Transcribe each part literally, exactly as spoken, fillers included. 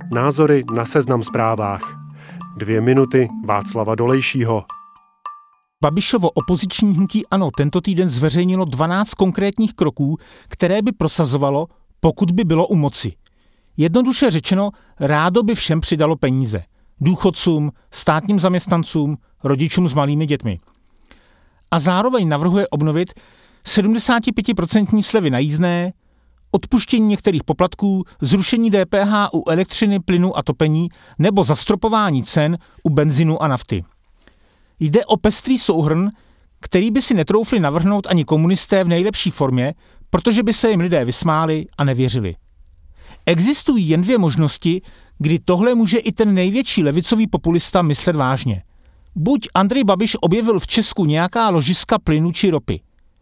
Názory na Seznam Zprávách. Dvě minuty Václava Dolejšího. Babišovo opoziční hnutí ANO tento týden zveřejnilo dvanáct konkrétních kroků, které by prosazovalo, pokud by bylo u moci. Jednoduše řečeno, rádo by všem přidalo peníze. Důchodcům, státním zaměstnancům, rodičům s malými dětmi. A zároveň navrhuje obnovit sedmdesátipětiprocentní slevy na jízdné, odpuštění některých poplatků, zrušení D P H u elektřiny, plynu a topení nebo zastropování cen u benzinu a nafty. Jde o pestrý souhrn, který by si netroufli navrhnout ani komunisté v nejlepší formě, protože by se jim lidé vysmáli a nevěřili. Existují jen dvě možnosti, kdy tohle může i ten největší levicový populista myslet vážně. Buď Andrej Babiš objevil v Česku nějaká ložiska plynu či ropy.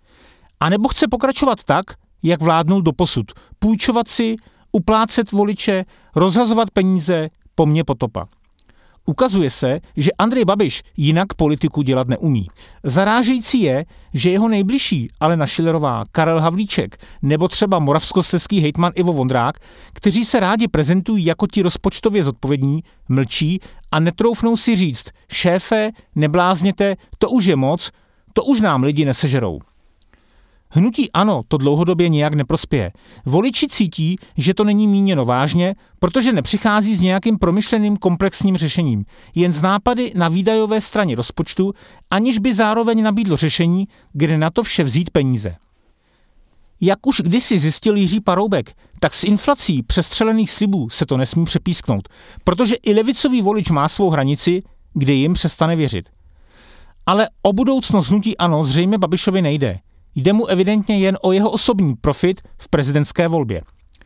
A nebo chce pokračovat tak, jak vládnul doposud. Půjčovat si, uplácet voliče, rozhazovat peníze, po mně potopa. Ukazuje se, že Andrej Babiš jinak politiku dělat neumí. Zarážející je, že jeho nejbližší Alena Schillerová, Karel Havlíček nebo třeba moravskoslezský hejtman Ivo Vondrák, kteří se rádi prezentují jako ti rozpočtově zodpovědní, mlčí a netroufnou si říct: šéfe, neblázněte, to už je moc, to už nám lidi nesežerou. Hnutí ANO to dlouhodobě nijak neprospěje. Voliči cítí, že to není míněno vážně, protože nepřichází s nějakým promyšleným komplexním řešením, jen z nápady na výdajové straně rozpočtu, aniž by zároveň nabídlo řešení, kde na to vše vzít peníze. Jak už kdysi zjistil Jiří Paroubek, tak s inflací přestřelených slibů se to nesmí přepísknout, protože i levicový volič má svou hranici, kde jim přestane věřit. Ale o budoucnost hnutí ANO zřejmě Babišovi nejde. Jde mu evidentně jen o jeho osobní profit v prezidentské volbě.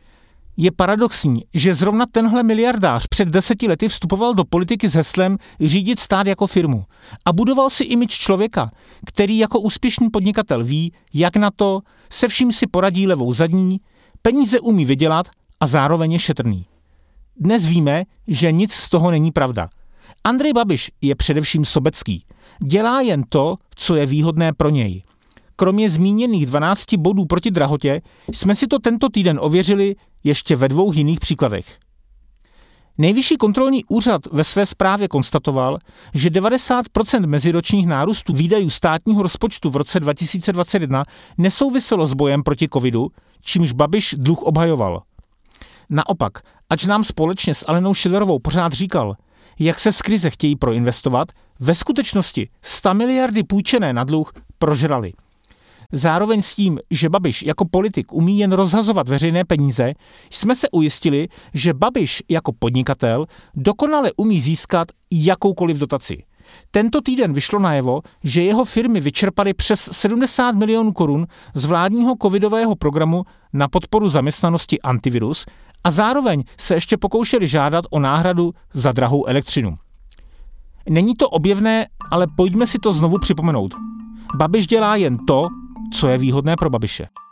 Je paradoxní, že zrovna tenhle miliardář před deseti lety vstupoval do politiky s heslem řídit stát jako firmu a budoval si image člověka, který jako úspěšný podnikatel ví, jak na to, se vším si poradí levou zadní, peníze umí vydělat a zároveň je šetrný. Dnes víme, že nic z toho není pravda. Andrej Babiš je především sobecký. Dělá jen to, co je výhodné pro něj. Kromě zmíněných dvanácti bodů proti drahotě jsme si to tento týden ověřili ještě ve dvou jiných příkladech. Nejvyšší kontrolní úřad ve své zprávě konstatoval, že devadesát procent meziročních nárůstů výdajů státního rozpočtu v roce dva tisíce dvacet jedna nesouviselo s bojem proti covidu, čímž Babiš dluh obhajoval. Naopak, ač nám společně s Alenou Schillerovou pořád říkal, jak se z krize chtějí proinvestovat, ve skutečnosti sto miliardy půjčené na dluh prožrali. Zároveň s tím, že Babiš jako politik umí jen rozhazovat veřejné peníze, jsme se ujistili, že Babiš jako podnikatel dokonale umí získat jakoukoliv dotaci. Tento týden vyšlo najevo, že jeho firmy vyčerpaly přes sedmdesát milionů korun z vládního covidového programu na podporu zaměstnanosti Antivirus a zároveň se ještě pokoušeli žádat o náhradu za drahou elektřinu. Není to objevné, ale pojďme si to znovu připomenout. Babiš dělá jen to, co je výhodné pro Babiše.